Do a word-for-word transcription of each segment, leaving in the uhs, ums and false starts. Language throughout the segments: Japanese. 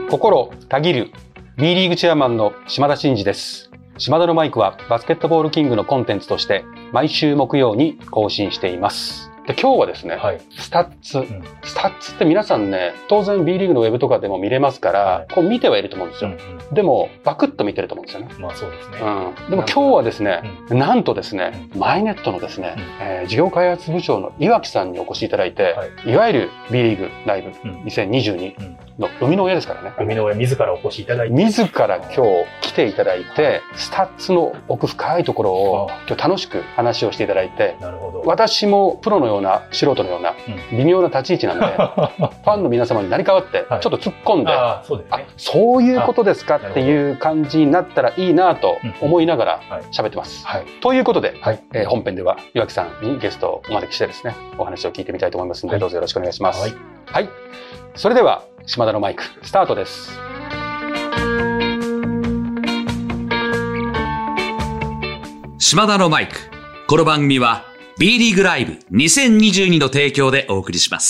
心たぎる B リーグチェアマンの島田真二です。島田のマイクはバスケットボールキングのコンテンツとして毎週木曜に更新しています。で今日はですね、はい、スタッツ、うん、スタッツって皆さんね、当然 B リーグのウェブとかでも見れますから、はい、こう見てはいると思うんですよ、うんうん、でもバクッと見てると思うんですよね。 まあそうですね、 うん、でも今日はですね、うん、なんとですね、うん、マイネットのですね、うんえー、事業開発部長の岩木さんにお越しいただいて、はい、いわゆる B リーグライブにせんにじゅうにの生みの親ですからね。 生みの親自らお越しいただいて、 自ら今日来ていただいて、スタッツの奥深いところを今日楽しく話をしていただいて、 なるほど。 私もプロのような素人のような微妙な立ち位置なんで、うん、ファンの皆様に成り代わってちょっと突っ込んで、はい、あ、そうですね、あ、そういうことですかっていう感じになったらいいなと思いながら喋ってます、はいはい、ということで、はいえー、本編では岩木さんにゲストをお招きしてですね、お話を聞いてみたいと思いますので、はい、どうぞよろしくお願いします。はい、はい、それでは島田のマイクスタートです。 島田のマイク、この番組は B リーグライブにせんにじゅうにの提供でお送りします。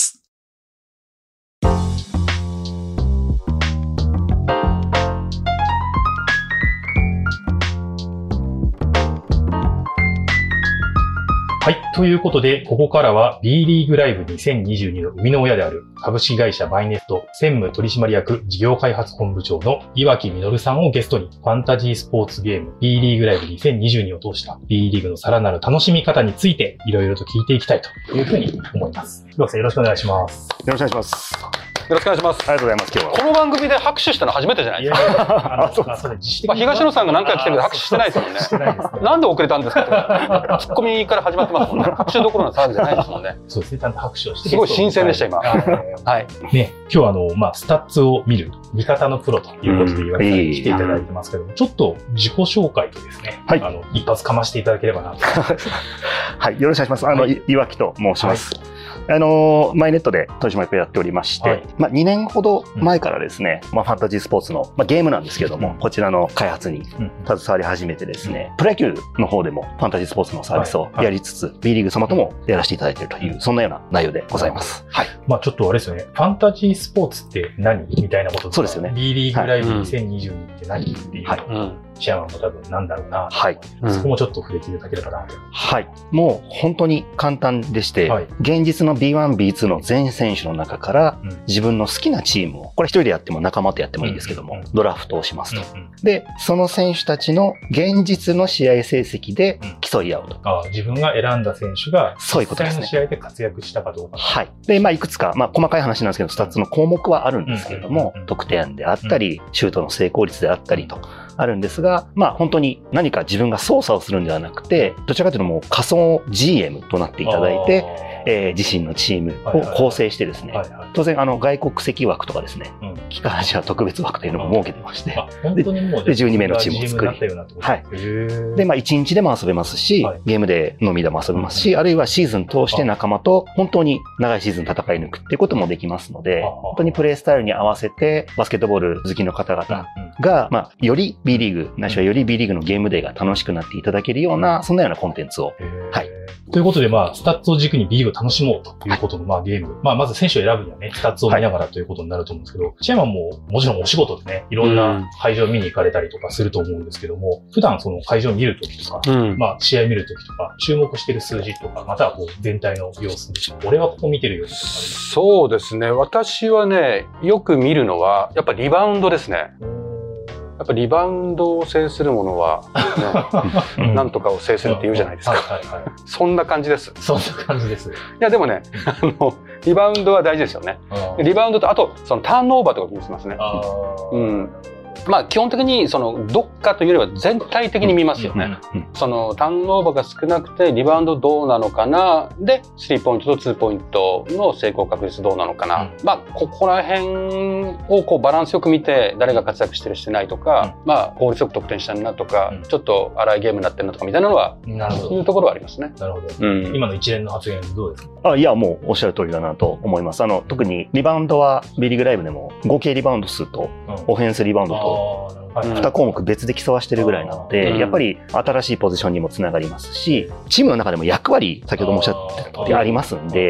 はい。ということで、ここからは B リーグライブにせんにじゅうにの生みの親である株式会社バイネット専務取締役事業開発本部長の岩木実さんをゲストに、ファンタジースポーツゲーム B リーグライブにせんにじゅうにを通した B リーグのさらなる楽しみ方についていろいろと聞いていきたいというふうに思います。岩木さん、よろしくお願いします。 よろしくお願いします。 よろしくお願いします。 ありがとうございます。今日はこの番組で拍手したの初めてじゃないですか。いやいやあのあそれ自主的に、まあ、東野さんが何回来てるけど拍手してないですもんね。してないですね。なんで遅れたんですかとツッコミから始まってますもんね。拍手どころの騒ぎじゃないですもんね。 そうですね。ちゃんと拍手をして。 すごい新鮮でした今。はい。 ね、今日はあのまあスタッツを見る味方のプロということで岩木さんに来ていただいてますけども、ちょっと自己紹介とですね、はい、あの一発かましていただければなと。 はい、よろしくお願いします。あの、はい、岩木と申します。はい、あのマイネットで取締役をやっておりまして、はい、まあにねんほど前からですね、うん、まあファンタジースポーツの、まあ、ゲームなんですけども、うん、こちらの開発に携わり始めてですね、うん、プロ野球の方でもファンタジースポーツのサービスをやりつつ、はいはい、B リーグ様ともやらせていただいているという、そんなような内容でございます。はい。 まあちょっとあれですよね、ファンタジースポーツって何みたいなこととか、 そうですよね。 B リーグライブにせんにじゅうにって何っていう、はい、うんチェアマンも多分なんだろうな。 はい。 そこもちょっと触れていただければなと。 はい。もう本当に簡単でして、はい、現実の ビーワン、ビーツー の全選手の中から、うん、自分の好きなチームを、これ一人でやっても仲間とやってもいいんですけども、うんうんうん、ドラフトをしますと、うんうん。で、その選手たちの現実の試合成績で競い合うと。 うん、ああ、自分が選んだ選手が、 そういうことですね。 実際の試合で活躍したかどうか。 はい。で、まあいくつか、まあ細かい話なんですけど、スタッツの項目はあるんですけれども、うんうんうん、得点であったり、シュートの成功率であったりと、あるんですが、まあ本当に何か自分が操作をするんではなくて、どちらかというともう仮想 ジーエム となっていただいて、えー、自身のチームを構成してですね、はいはいはい、当然あの外国籍枠とかですね、うん、機関車特別枠というのも設けてまして、 うん、本当にもうでじゅうにめいのチームを作り、はい、でまあいちにちでも遊べますし、はい、ゲームでのみでも遊べますし、うん、あるいはシーズン通して仲間と本当に長いシーズン戦い抜くっていうこともできますので、本当にプレースタイルに合わせてバスケットボール好きの方々が、まあより B リーグないしはより B リーグのゲームデーが楽しくなっていただけるような、そんなようなコンテンツを、はい。 ということで、まあ、スタッツを軸に B リーグを楽しもうということの、まあ、ゲーム。まあ、まず選手を選ぶにはね、スタッツを見ながらということになると思うんですけど、チェアマンももちろんお仕事でね、いろんな会場を見に行かれたりとかすると思うんですけども、普段その会場を見るときとか、うん、まあ、試合見るときとか、注目している数字とか、またはこう、全体の様子で、俺はここ見てるように。 そうですね。私はね、よく見るのは、やっぱリバウンドですね。やっぱリバウンドを制するものは、ね、なんとかを制するって言うじゃないですか。そんな感じです。 そんな感じです。いやでもね、あのリバウンドは大事ですよね。リバウンドとあとそのターンオーバーとか気にしますね。うん。まあ基本的にそのどっかというよりは全体的に見ますよね。そのターンオーバーが少なくてリバウンドどうなのかなでスリーポイントとツーポイントの成功確率どうなのかな、うん、まあここら辺をこうバランスよく見て誰が活躍してるしてないとか、うん、まあ効率よく得点したなとか、うん、ちょっと荒いゲームになってるなとかみたいなのはそういうところはありますね。 なるほど、うん、今の一連の発言どうですか？ あ、いやもうおっしゃる通りだなと思います。あの特にリバウンドは B リーグライブでも合計リバウンド数とオフェンスリバウンドとに項目別で競わしてるぐらいなので、うん、やっぱり新しいポジションにもつながりますし、チームの中でも役割先ほどもおっしゃってた通りありますんで、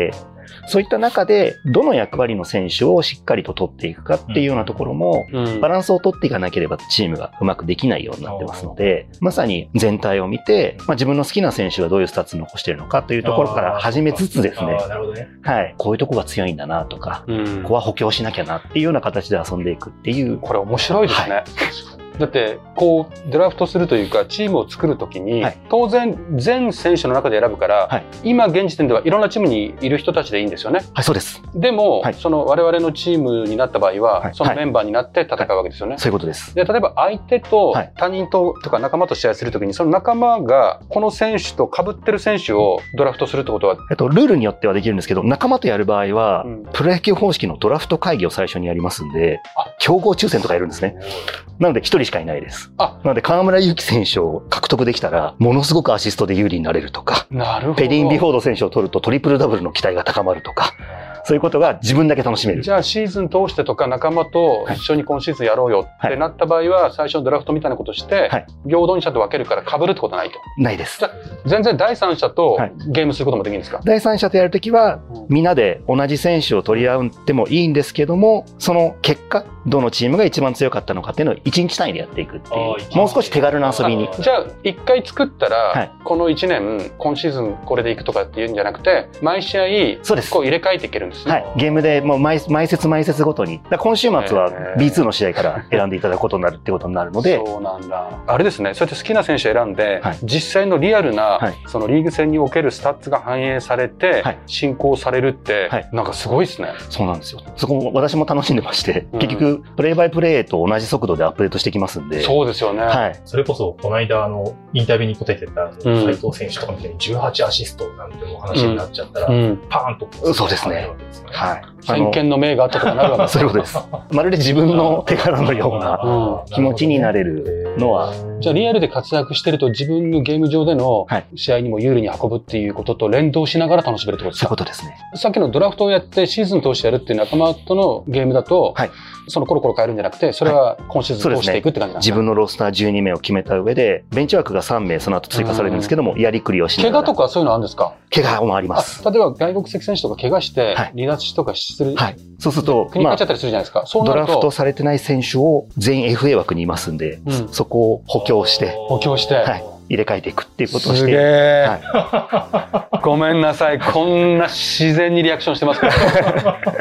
そういった中で、どの役割の選手をしっかりと取っていくかっていうようなところも、バランスを取っていかなければチームがうまくできないようになってますので、まさに全体を見て、まあ、自分の好きな選手がどういうスタッツ残しているのかというところから始めつつですね、はい、こういうとこが強いんだなとか、ここは補強しなきゃなっていうような形で遊んでいくっていう。 これ面白いですね。はい、だって、こう、ドラフトするというか、チームを作るときに、はい、当然、全選手の中で選ぶから、はい、今現時点ではいろんなチームにいる人たちでいいんですよね。 はい、そうです。 でも、はい、その我々のチームになった場合は、はい、そのメンバーになって戦うわけですよね。 はいはい、そういうことです。 で、例えば相手と他人と、とか仲間と試合するときに、その仲間がこの選手と被ってる選手をドラフトするってことは、 えっと、ルールによってはできるんですけど、仲間とやる場合は、うん、プロ野球方式のドラフト会議を最初にやりますんで、競合抽選とかやるんですね。なので、一人しかいないです。あなので、河村勇輝選手を獲得できたら、ものすごくアシストで有利になれるとか、 なるほど。 ペディン・ビフォード選手を取るとトリプルダブルの期待が高まるとか、そういうことが自分だけ楽しめる。 じゃあシーズン通してとか仲間と一緒に今シーズンやろうよってなった場合は、最初のドラフトみたいなことして、平等にちゃんと分けるから被るってことはないと。 ないです。 じゃあ全然第三者とゲームすることもできるんですか？ 第三者とやるときは、みんなで同じ選手を取り合ってもいいんですけども、その結果、どのチームが一番強かったのかっていうのをいちにち単位でやっていくっていう、もう少し手軽な遊びに。 じゃあ、一回作ったら、はい、このいちねん、今シーズンこれでいくとかっていうんじゃなくて、毎試合、そうです。こう入れ替えていけるんですね。 はい。ゲームでもう毎、毎節毎節ごとに。今週末は ビーツー の試合から選んでいただくことになるってことになるので。 そうなんだ。あれですね、そうやって好きな選手を選んで、はい、実際のリアルな、はい、そのリーグ戦におけるスタッツが反映されて、はい、進行されるって、はい、なんかすごいですね。 そうなんですよ。そこも私も楽しんでまして、うん、結局、プレイバイプレイと同じ速度でアップデートしてきますんで。 そうですよね。 はい。それこそ、この間、あの、インタビューに答えてた、斉藤選手とかみたいにじゅうはちアシストなんても話になっちゃったら、うん、パーンと。 そうですね。はい。 先見の明があったとかなるわけですそういうことです。まるで自分の手柄のような気持ちになれるのは。 じゃあリアルで活躍してると自分のゲーム上での試合にも有利に運ぶっていうことと連動しながら楽しめるってことですか？ そういうことですね。 さっきのドラフトをやってシーズン通してやるっていう仲間とのゲームだと、はい、そのコロコロ変えるんじゃなくて、それは今シーズン通していくって感じなんですか？ 自分のロスターじゅうにめいを決めた上で、ベンチワークがさんめいその後追加されるんですけども、やりくりをしながら。 怪我とかそういうのあるんですか？ 怪我もあります。 例えば外国籍選手とか怪我して離脱とかする。 はい。そうすると、 国変わっちゃったりするじゃないですか。そうなるとドラフトされてない選手を全員 エフエー 枠にいますんで、うん、そこを補強して。 補強して。はい。 入れ替えていくっていうことをして。 すげえ、はい。ごめんなさい。こんな自然にリアクションしてますから。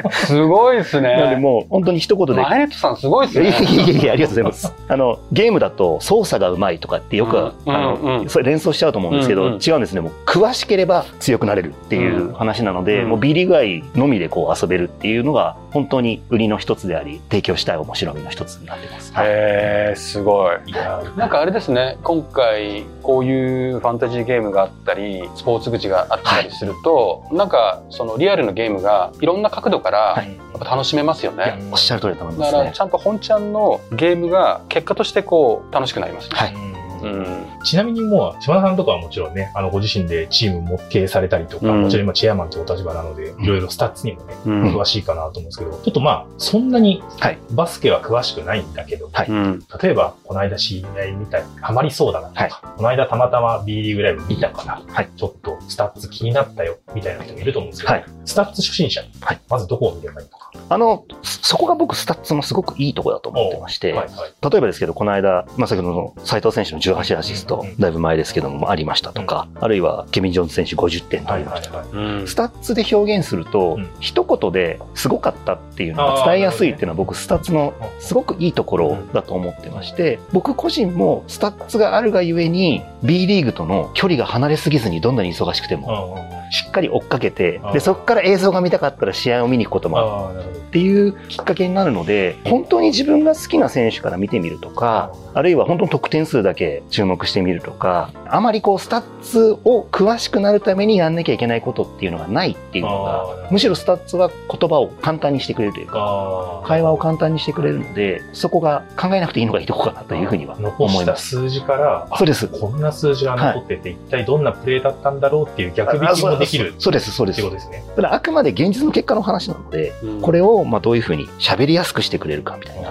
すごいですね。 なのでもう本当に一言で。 マイネットさんすごいですね。 いやいやいや、ありがとうございます。あの、ゲームだと操作がうまいとかってよく、うん、あの、うん、それ連想しちゃうと思うんですけど、うんうん、違うんですね。もう詳しければ強くなれるっていう話なので、うん、もう B リーグ愛のみでこう遊べるっていうのが本当に売りの一つであり、提供したい面白みの一つになってます。 へー、すごい。いや、なんかあれですね、今回こういうファンタジーゲームがあったりスポーツ口があったりすると、はい、なんかそのリアルのゲームがいろんな角度からやっぱ楽しめますよね、はい、 おっしゃる通りだと思いますね。 だからちゃんと本ちゃんのゲームが結果としてこう楽しくなりますね、はい。 うん、ちなみにもう島田さんとかはもちろんね、あのご自身でチームも経営されたりとか、うん、もちろん今チェアマンというお立場なので、いろいろスタッツにもね、うん、詳しいかなと思うんですけど、ちょっとまあそんなにバスケは詳しくないんだけど、はい、例えばこの間知り合いみたいにハマりそうだなとか、はい、この間たまたま B リーグライブ見たから、はい、ちょっとスタッツ気になったよみたいな人もいると思うんですけど、はい、スタッツ初心者に、はい、まずどこを見ればいいのか。 あのそこが僕スタッツのすごくいいところだと思ってまして、はいはい、例えばですけどこの間、まあ、先ほどの斉藤選手のじゅうはちアシスト、うんうん、だいぶ前ですけどもありましたとか、うん、あるいはケビン・ジョーンズ選手ごじゅってん取りました、はいはいはい、スタッツで表現すると、うん、一言ですごかったっていうのが伝えやすいっていうのは僕スタッツのすごくいいところだと思ってまして、僕個人もスタッツがあるがゆえに B リーグとの距離が離れすぎずにどんなに忙しくてもしっかり追っかけて、でそこから映像が見たかったら試合を見に行くこともあるっていうきっかけになるので、本当に自分が好きな選手から見てみるとか、あるいは本当に得点数だけ注目してみるとか、あまりこうスタッツを詳しくなるためにやんなきゃいけないことっていうのがないっていうのが、むしろスタッツは言葉を簡単にしてくれるというか、会話を簡単にしてくれるので、そこが考えなくていいのがいいとこかなというふうには思います。 残した数字から、 そうです。 こんな数字が残ってて、はい、一体どんなプレーだったんだろうっていう逆引きもできる。 そうです、そうです。 ってことですね。 ただあくまで現実の結果の話なので、うん、これをまあどういうふうに喋りやすくしてくれるかみたいな。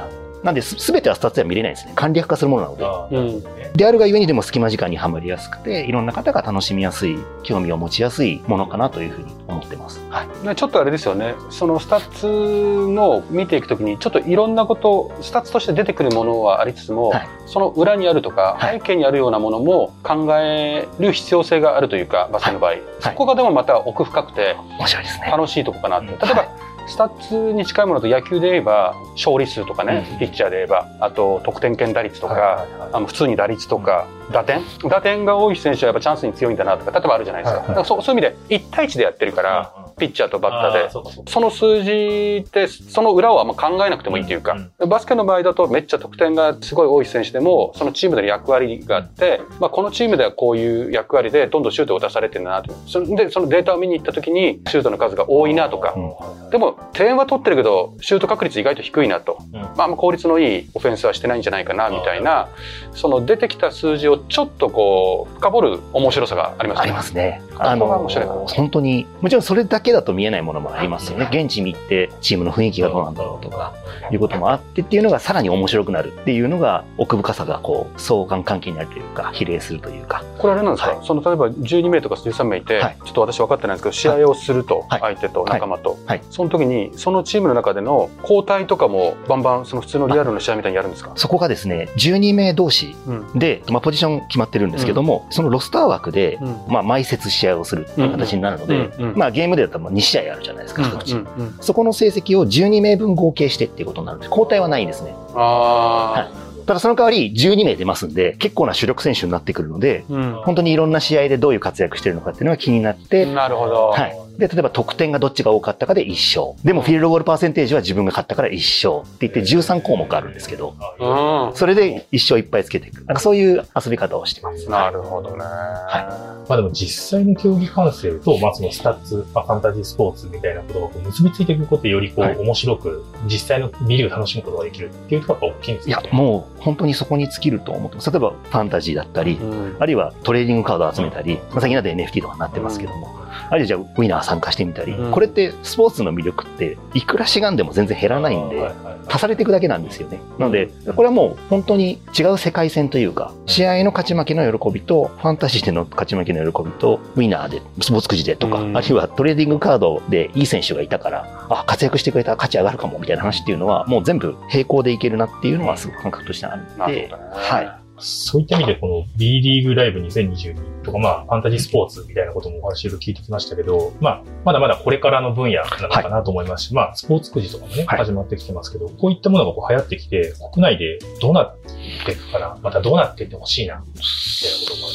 なんで、すべてはスタッツでは見れないんですね。簡略化するものなので。 あー、なるほどね。 であるがゆえにでも隙間時間にはまりやすくて、いろんな方が楽しみやすい、興味を持ちやすいものかなというふうに思ってます。はい。 ちょっとあれですよね。そのスタッツの見ていくときに、ちょっといろんなこと、スタッツとして出てくるものはありつつも、はい、その裏にあるとか、背景にあるようなものも考える必要性があるというか、バスケの場合。はい、そこがでもまた奥深くて、 面白いですね。 楽しいとこかなって。例えば、はい、スタッツに近いものと野球で言えば勝利数とかね、うん、ピッチャーで言えばあと得点圏打率とか、はいはいはい、あの普通に打率とか、うん、打点打点が多い選手はやっぱチャンスに強いんだなとか例えばあるじゃないですか、はいはい、だから そ, そういう意味でいち対いちでやってるから、うんうん、ピッチャーとバッターで そ, その数字ってその裏をあんま考えなくてもいいというか、うんうん、バスケの場合だとめっちゃ得点がすごい多い選手でもそのチームでの役割があって、まあ、このチームではこういう役割でどんどんシュートを出されてるなとそでそのデータを見に行った時にシュートの数が多いなとか、うん、でも点は取ってるけどシュート確率意外と低いなと、うんまあ、あんま効率のいいオフェンスはしてないんじゃないかなみたいなその出てきた数字をちょっとこう深掘る面白さがありますね。 ありますね。あの面白い本当にもちろんそれだけだと見えないものもありますよね。現地見てチームの雰囲気がどうなんだろうとかいうこともあってっていうのがさらに面白くなるっていうのが奥深さがこう相関関係にあるというか比例するというか。 これあれなんですか、はい、その例えばじゅうにめいとかじゅうさんめいいて、はい、ちょっと私分かってないんですけど試合をすると、はい、相手と仲間と、はいはい、その時にそのチームの中での交代とかもバンバンその普通のリアルの試合みたいにやるんですか？ そこがですねじゅうにめい同士で、うんまあ、ポジション決まってるんですけども、うん、そのロスター枠で、うんまあ、毎節試合をするっていう形になるので、うんうんまあ、ゲームでだったらにしあいあるじゃないですか、一口、うんうんうん、そこの成績をじゅうにめいぶん合計してっていうことになるんです。交代はないんですね。あ、はいただその代わりじゅうにめい出ますんで結構な主力選手になってくるので、うん、本当にいろんな試合でどういう活躍してるのかっていうのが気になって。なるほど。はい。で、例えば得点がどっちが多かったかでいっ勝。でもフィールドゴールパーセンテージは自分が勝ったからいっ勝って言ってじゅうさんこうもくあるんですけど、うん、それでいっ勝いっぱいつけていく。なんかそういう遊び方をしてます。 なるほどね。 はい。まあでも実際の競技観戦と、まあそのスタッツ、まあ、ファンタジースポーツみたいなことがこう結びついていくことでよりこう、はい、面白く実際の見るを楽しむことができるっていうところが大きいんですかね。 いや、もう本当にそこに尽きると思ってます。例えばファンタジーだったり、うん、あるいはトレーディングカードを集めたり、うんまあ、最近だと エヌエフティー とかになってますけども、うんあるいはじゃあウィナー参加してみたり、うん、これってスポーツの魅力っていくらしがんでも全然減らないんで足されていくだけなんですよね。なのでこれはもう本当に違う世界線というか試合の勝ち負けの喜びとファンタジーでの勝ち負けの喜びとウィナーでスポーツくじでとか、うん、あるいはトレーディングカードでいい選手がいたからあ活躍してくれたら価値上がるかもみたいな話っていうのはもう全部並行でいけるなっていうのはすごく感覚としてあるので、はいそういった意味でこの B リーグライブにせんにじゅうにとかまあファンタジースポーツみたいなこともお話を聞いてきましたけど、まあまだまだこれからの分野なのかなと思いますし、はい、まあスポーツくじとかもね、はい、始まってきてますけど、こういったものがこう流行ってきて国内でどうなっていくかな、またどうなっていってほしいなみたいなこともあります。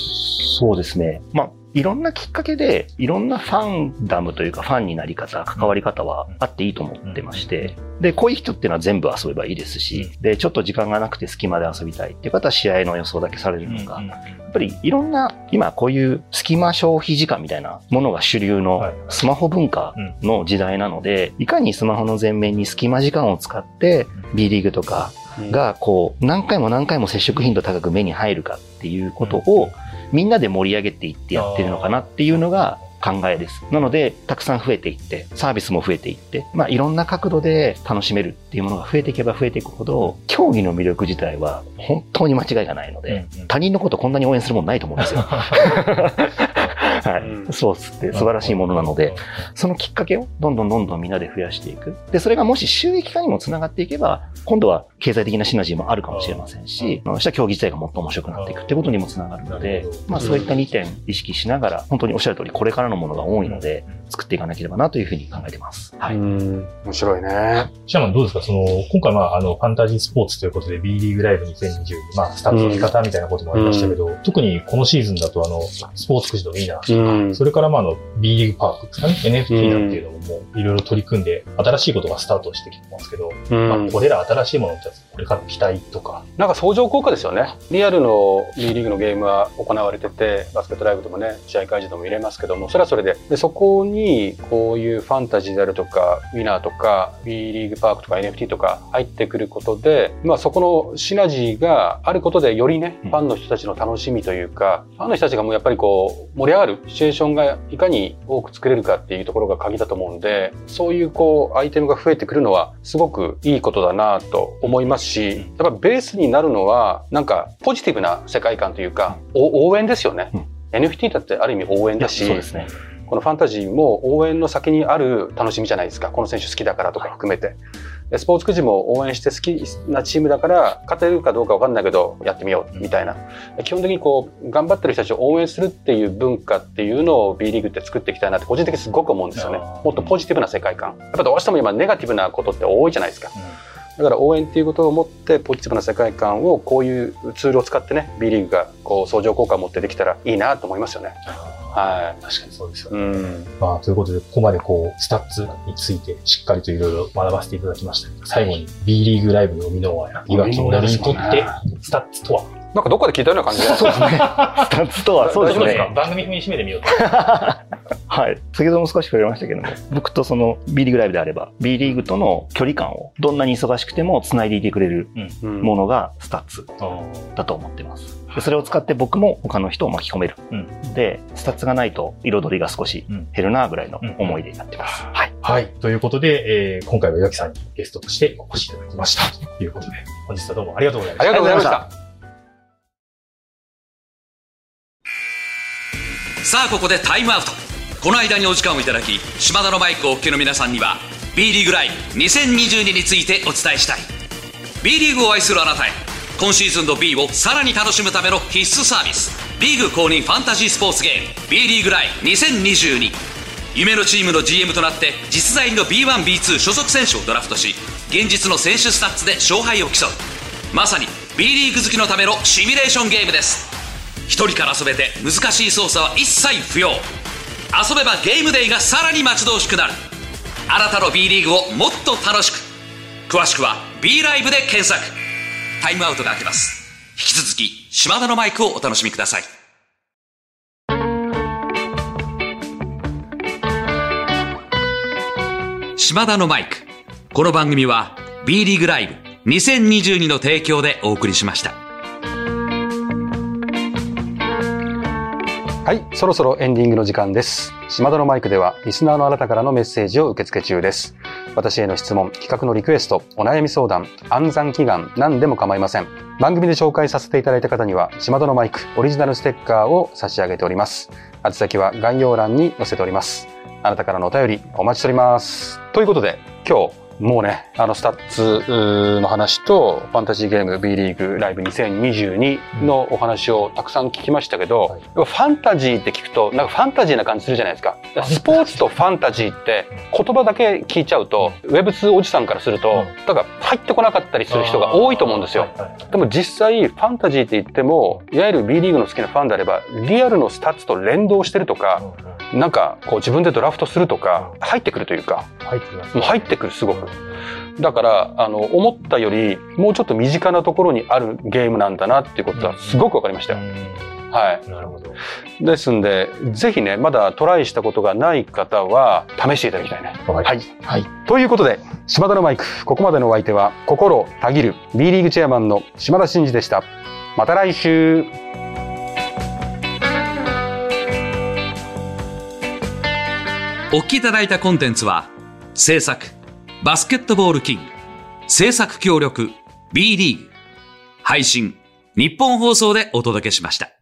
そうですね。まあいろんなきっかけでいろんなファンダムというかファンになり方関わり方はあっていいと思ってまして、でこういう人っていうのは全部遊べばいいですし、でちょっと時間がなくて隙間で遊びたいっていう方は試合の予想だけされるのか、やっぱりいろんな今こういう隙間消費時間みたいなものが主流のスマホ文化の時代なので、いかにスマホの前面に隙間時間を使って B リーグとかがこう何回も何回も接触頻度高く目に入るかっていうことをみんなで盛り上げていってやってるのかなっていうのが考えです。なのでたくさん増えていってサービスも増えていって、まあ、いろんな角度で楽しめるっていうものが増えていけば増えていくほど競技の魅力自体は本当に間違いがないので、うんうん、他人のことこんなに応援するもんないと思うんですよ。はい、スポーツって素晴らしいものなので、そのきっかけをどんどんどんどんみんなで増やしていく。で、それがもし収益化にもつながっていけば、今度は経済的なシナジーもあるかもしれませんし、そしたら競技自体がもっと面白くなっていくってことにもつながるので、まあそういったにてん意識しながら、本当におっしゃる通りこれからのものが多いので、作っていかなければなというふうに考えています。はい。面白いね。 シャーマンどうですか、その、今回まあ、あの、ファンタジースポーツということで B リーグライブにせんにじゅうに、まあ、スタッツの見方みたいなこともありましたけど、うん、特にこのシーズンだとあの、スポーツくじのウィナーとか、うん、それからまあ、あの、B リーグパークですかね、エヌエフティー なんていうのももういろいろ取り組んで、新しいことがスタートしてきてますけど、うん、まあ、これら新しいものってこれからの期待とか。 なんか相乗効果ですよね。リアルの B リーグのゲームは行われてて、バスケットライブでもね、試合会場でも見れますけども、それはそれで、でそこにこういうファンタジーであるとか、 かウィナーとか B リーグパークとか エヌエフティー とか入ってくることで、まあ、そこのシナジーがあることでよりね、ファンの人たちの楽しみというか、ファンの人たちがもうやっぱりこう盛り上がるシチュエーションがいかに多く作れるかっていうところが鍵だと思うんで、そういうこうアイテムが増えてくるのはすごくいいことだなと思いますし、やっぱベースになるのはなんかポジティブな世界観というか、応援ですよね。エヌエフティー だってある意味応援だし、 そうですね。 このファンタジーも応援の先にある楽しみじゃないですか。この選手好きだからとか含めて。スポーツくじも応援して好きなチームだから勝てるかどうか分かんないけどやってみようみたいな。基本的にこう頑張ってる人たちを応援するっていう文化っていうのを B リーグって作っていきたいなって個人的にすごく思うんですよね。もっとポジティブな世界観。やっぱどうしても今ネガティブなことって多いじゃないですか。だから応援っていうことを持ってポジティブな世界観をこういうツールを使ってね B リーグがこう相乗効果を持ってできたらいいなと思いますよね。はい。 確かにそうですよね。 うん、 まあ、ということで、ここまでこう、スタッツについてしっかりといろいろ学ばせていただきました。最後に B リーグライブの生みの親、岩木モデルにとって、スタッツとはなんかどっかで聞いたような感じで。 そうですね。スタッツとは、そうですね。 大丈夫ですか？番組風に締めてみようと。 はい。先ほども少し触れましたけども、僕とその B リーグライブであれば、B リーグとの距離感をどんなに忙しくても繋いでいてくれるものがスタッツだと思ってます。でそれを使って僕も他の人を巻き込める。うん、で、スタッツがないと彩りが少し減るなぐらいの思いでやってます。 うんうん、 はい。 はい。ということで、えー、今回は岩木さんにゲストとしてお越しいただきました。ということで、本日はどうもありがとうございました。 ありがとうございました。 さあここでタイムアウト。この間にお時間をいただき、島田のマイクをお聞きの皆さんには B リーグライブにせんにじゅうにについてお伝えしたい。 B リーグを愛するあなたへ、今シーズンの B をさらに楽しむための必須サービス、リーグ公認ファンタジースポーツゲーム B リーグライブにせんにじゅうに。夢のチームの ジーエム となって実在の ビーワン、ビーツー 所属選手をドラフトし、現実の選手スタッツで勝敗を競う、まさに B リーグ好きのためのシミュレーションゲームです。一人から遊べて難しい操作は一切不要。遊べばゲームデイがさらに待ち遠しくなる。あなたの B リーグをもっと楽しく。詳しくは B ライブで検索。タイムアウトが明けます。引き続き島田のマイクをお楽しみください。島田のマイク。この番組は B リーグライブにせんにじゅうにの提供でお送りしました。 はい、そろそろエンディングの時間です。島田のマイクではリスナーのあなたからのメッセージを受け付け中です。私への質問、企画のリクエスト、お悩み相談、暗算祈願、何でも構いません。番組で紹介させていただいた方には島田のマイクオリジナルステッカーを差し上げております。宛先は概要欄に載せております。あなたからのお便りお待ちしております。ということで今日もうね、あのスタッツの話とファンタジーゲーム B リーグライブにせんにじゅうにのお話をたくさん聞きましたけど、はい、ファンタジーって聞くとなんかファンタジーな感じするじゃないですか。スポーツとファンタジーって言葉だけ聞いちゃうと ウェブツー おじさんからするとだから入ってこなかったりする人が多いと思うんですよ。でも実際ファンタジーって言ってもいわゆる B リーグの好きなファンであればリアルのスタッツと連動してるとか、なんかこう自分でドラフトするとか入ってくるというか、 入ってきます、 もう入ってくるすごく。だからあの思ったよりもうちょっと身近なところにあるゲームなんだなっていうことはすごく分かりましたよ。はい。 なるほど。 ですんでぜひねまだトライしたことがない方は試していただきたいね。 はい。 はい。 はい、 ということで島田のマイクここまでのお相手は心たぎる B リーグチェアマンの島田真二でした。また来週。 お聞きいただいたコンテンツは制作バスケットボールキング、制作協力 B リーグ、配信日本放送でお届けしました。